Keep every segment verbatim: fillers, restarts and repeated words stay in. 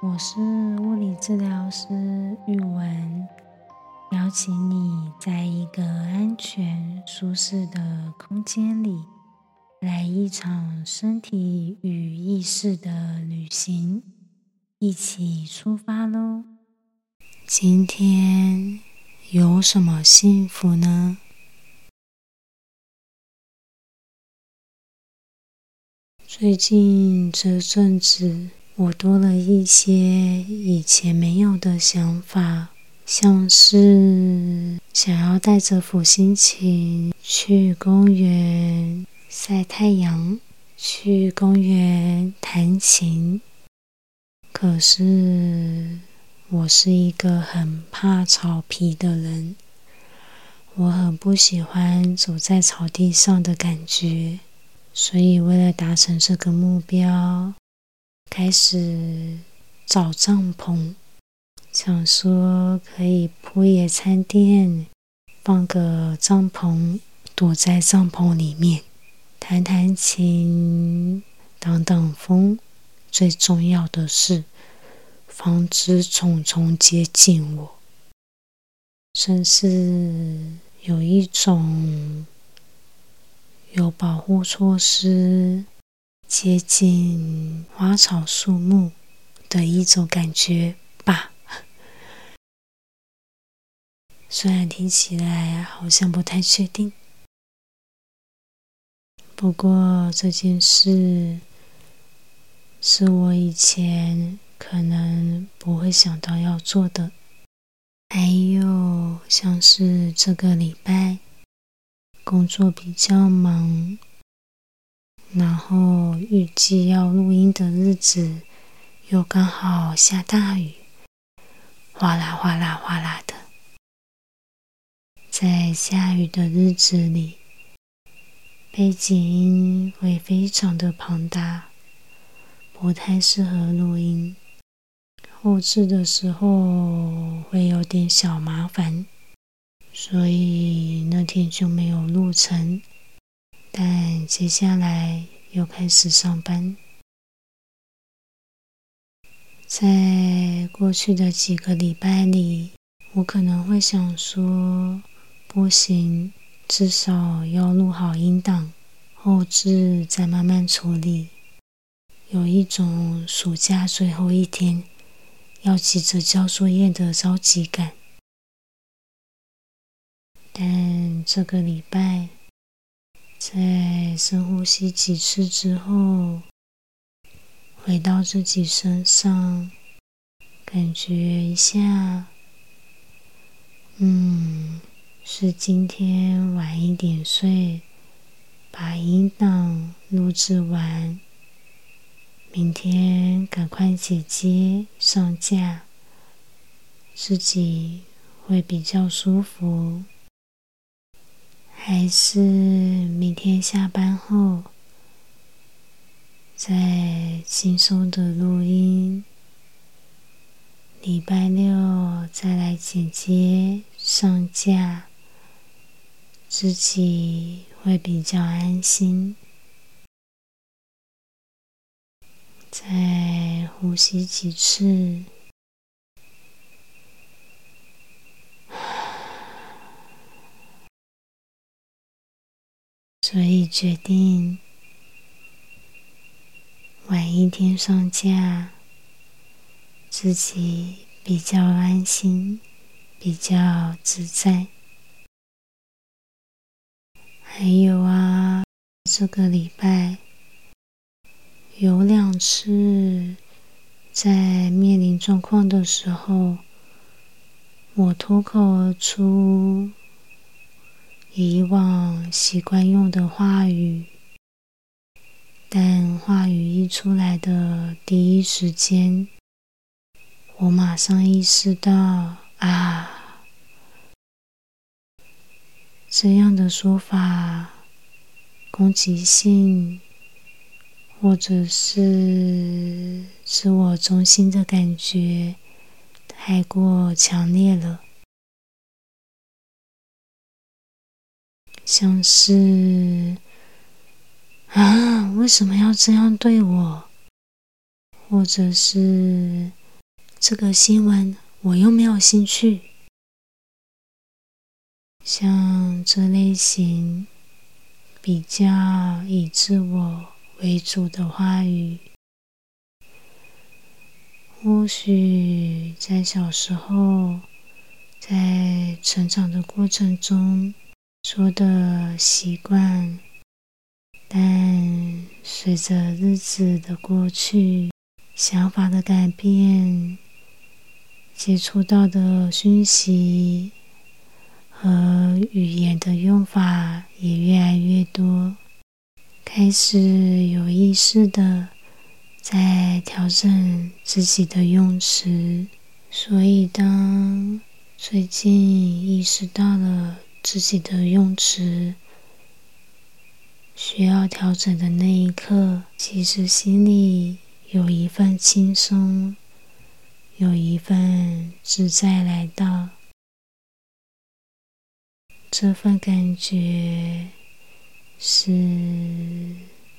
我是物理治疗师玉文，邀请你在一个安全、舒适的空间里，来一场身体与意识的旅行，一起出发咯！今天有什么幸福呢？最近这阵子，我多了一些以前没有的想法，像是想要带着辅心琴去公园晒太阳，去公园弹琴。可是我是一个很怕草皮的人，我很不喜欢走在草地上的感觉。所以为了达成这个目标，开始找帐篷，想说可以铺野餐垫，放个帐篷，躲在帐篷里面，弹弹琴，挡挡风。最重要的是，防止虫虫接近我。甚至有一种有保护措施接近花草树木的一种感觉吧。虽然听起来好像不太确定，不过这件事是我以前可能不会想到要做的。还有像是这个礼拜工作比较忙，然后预计要录音的日子又刚好下大雨，哗啦哗啦哗啦的。在下雨的日子里，背景音会非常的庞大，不太适合录音。后制的时候会有点小麻烦，所以那天就没有录成。但接下来又开始上班。在过去的几个礼拜里，我可能会想说，不行，至少要录好音档，后制再慢慢处理。有一种暑假最后一天要急着交作业的着急感。但这个礼拜，在深呼吸几次之后，回到自己身上，感觉一下，嗯，是今天晚一点睡，把音档录制完，明天赶快剪接上架，自己会比较舒服。还是明天下班后再轻松的录音，礼拜六再来剪接上架，自己会比较安心。再呼吸几次，所以决定晚一天上架，自己比较安心，比较自在。还有啊，这个礼拜有两次在面临状况的时候，我脱口而出以往习惯用的话语，但话语一出来的第一时间，我马上意识到啊，这样的说法攻击性，或者是自我中心的感觉太过强烈了。像是啊，为什么要这样对我？或者是这个新闻我又没有兴趣。像这类型比较以自我为主的话语，或许在小时候，在成长的过程中说的习惯，但随着日子的过去，想法的改变，接触到的讯息和语言的用法也越来越多，开始有意识的在调整自己的用词。所以当最近意识到了自己的用词需要调整的那一刻，其实心里有一份轻松，有一份自在来到。这份感觉是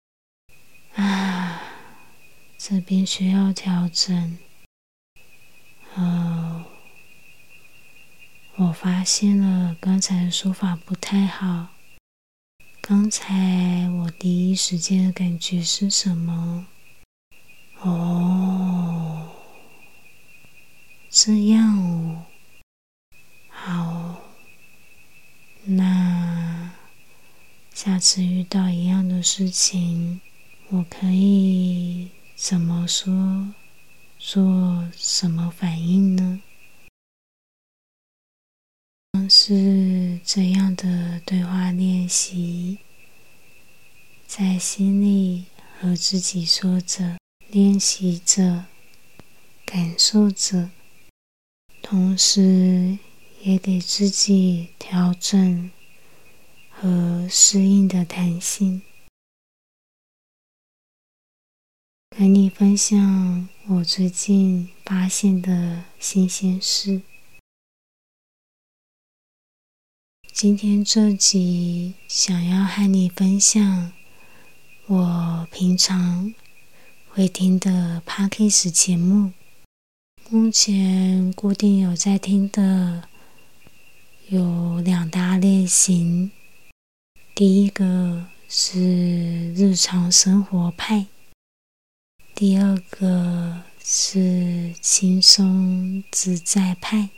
啊，这边需要调整。呃，我发现了刚才的说法不太好。刚才我第一时间的感觉是什么？哦，这样哦，好，那下次遇到一样的事情，我可以怎么说，做什么反应呢？像是这样的对话练习，在心里和自己说着，练习着，感受着，同时也给自己调整和适应的弹性。跟你分享我最近发现的新鲜事。今天这集想要和你分享我平常会听的 Podcast 节目。目前固定有在听的有两大类型，第一个是日常生活派，第二个是轻松自在派。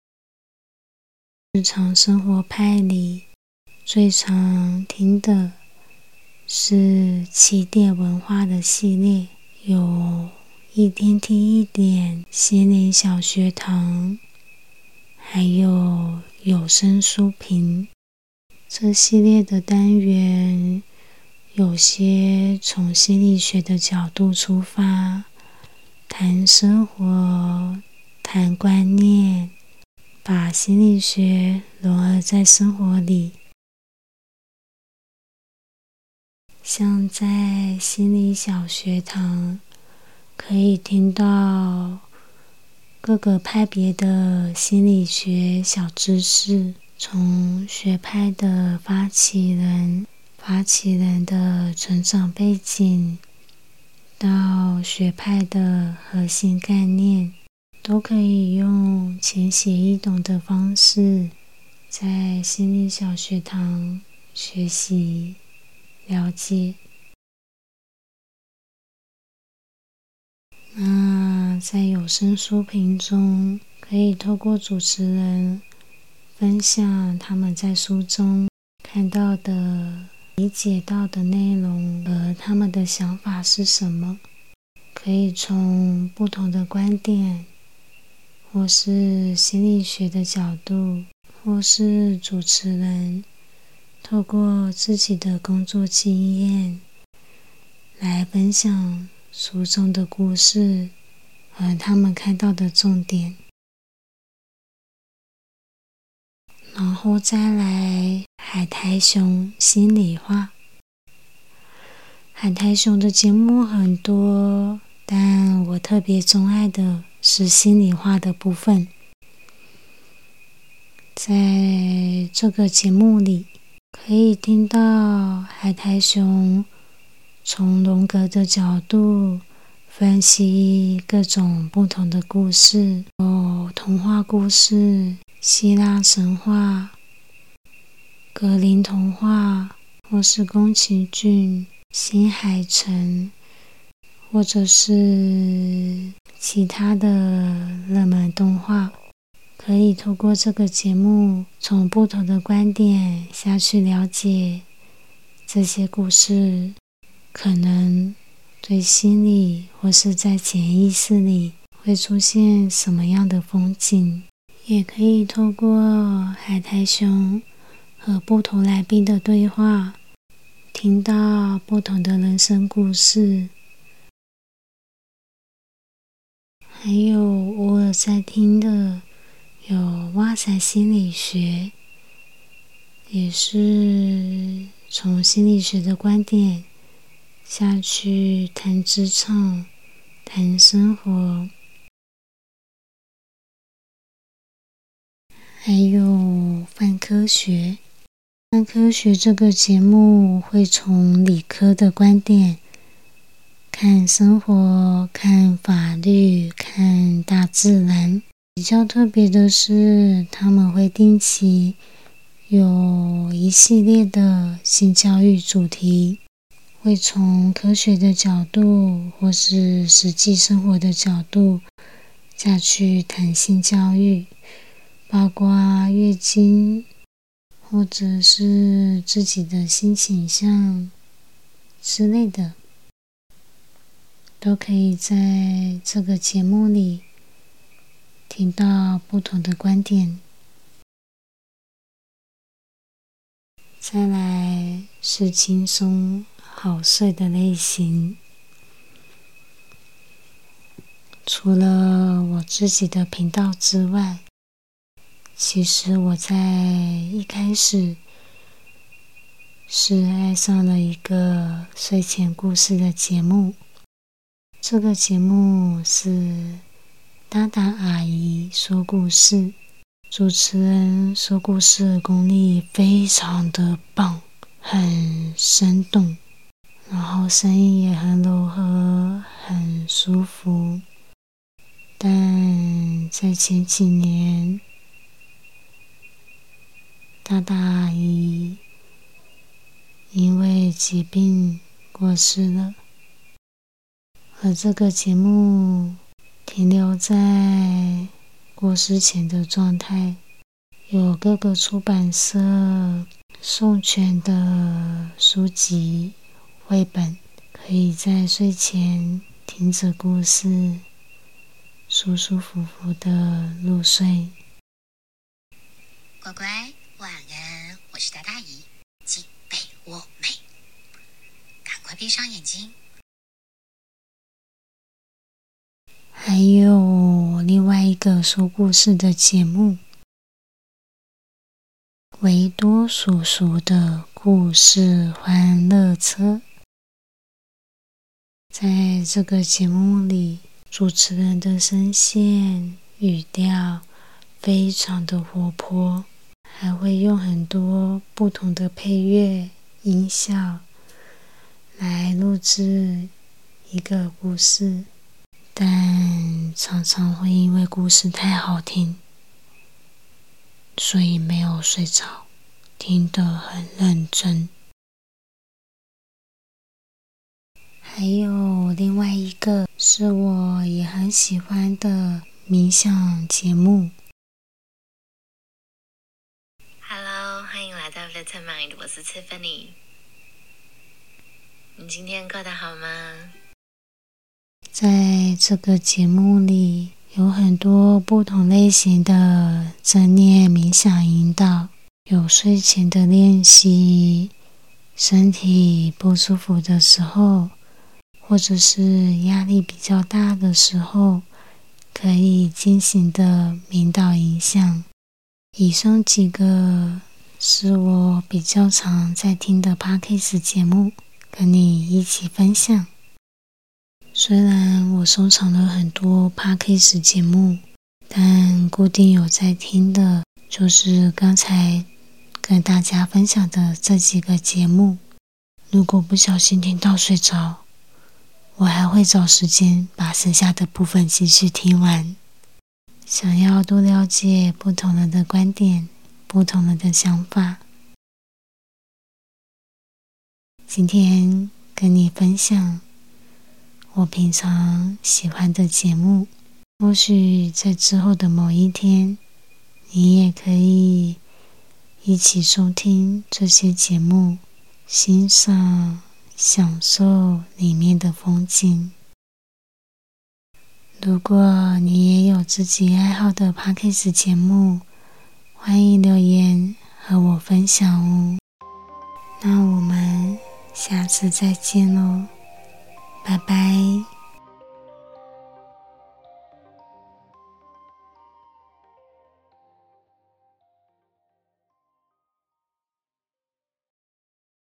日常生活派里最常听的是起点文化的系列，有一天听一点心灵小学堂，还有有声书评。这系列的单元有些从心理学的角度出发，谈生活，谈观念，把心理学融合在生活里。像在心理小学堂，可以听到各个派别的心理学小知识，从学派的发起人、发起人的成长背景，到学派的核心概念，都可以用浅显易懂的方式，在心理小学堂学习、了解。那在有声书评中，可以透过主持人分享他们在书中看到的、理解到的内容和他们的想法是什么，可以从不同的观点，或是心理学的角度，或是主持人透过自己的工作经验来分享书中的故事和他们看到的重点。然后再来海苔熊心里话。海苔熊的节目很多，但我特别钟爱的是心里话的部分。在这个节目里，可以听到海苔熊从荣格的角度分析各种不同的故事，有童话故事、希腊神话、格林童话，或是宫崎骏、新海诚，或者是其他的热门动画。可以透过这个节目，从不同的观点下去了解这些故事，可能对心理或是在潜意识里会出现什么样的风景。也可以透过海苔熊和不同来宾的对话，听到不同的人生故事。还有偶尔在听的有哇塞心理学，也是从心理学的观点下去谈职场、谈生活。还有泛科学，泛科学这个节目会从理科的观点看生活、看法律、看大自然。比较特别的是，他们会定期有一系列的性教育主题，会从科学的角度或是实际生活的角度下去谈性教育，包括月经或者是自己的性倾向之类的，都可以在这个节目里听到不同的观点。再来是轻松好睡的类型，除了我自己的频道之外，其实我在一开始是爱上了一个睡前故事的节目。这个节目是达达阿姨说故事，主持人说故事的功力非常的棒，很生动，然后声音也很柔和，很舒服。但在前几年，达达阿姨因为疾病过世了，而这个节目停留在过世前的状态，有各个出版社授权的书籍、绘本，可以在睡前听着故事，舒舒服服的入睡。 乖乖，晚安，我是达达姨，进被窝美，赶快闭上眼睛。 还有另外一个说故事的节目，维多叔叔的故事欢乐车。在这个节目里，主持人的声线、语调非常的活泼，还会用很多不同的配乐、音效来录制一个故事，但常常会因为故事太好听，所以没有睡着，听得很认真。还有另外一个是我也很喜欢的冥想节目。 Hello， 欢迎来到 Little Mind， 我是 Tiffany。你今天过得好吗？ 在这个节目里，有很多不同类型的正念冥想引导，有睡前的练习，身体不舒服的时候，或者是压力比较大的时候，可以进行的引导影响。以上几个是我比较常在听的 Podcast 节目，跟你一起分享。虽然我收藏了很多 Podcast 节目，但固定有在听的就是刚才跟大家分享的这几个节目。如果不小心听到睡着， 我还会找时间把剩下的部分继续听完。想要多了解不同人的观点，不同人的想法。今天跟你分享我平常喜欢的节目，或许在之后的某一天，你也可以一起收听这些节目，欣赏、享受里面的风景。如果你也有自己爱好的 Podcast 节目，欢迎留言和我分享哦。那我们下次再见喽，拜拜。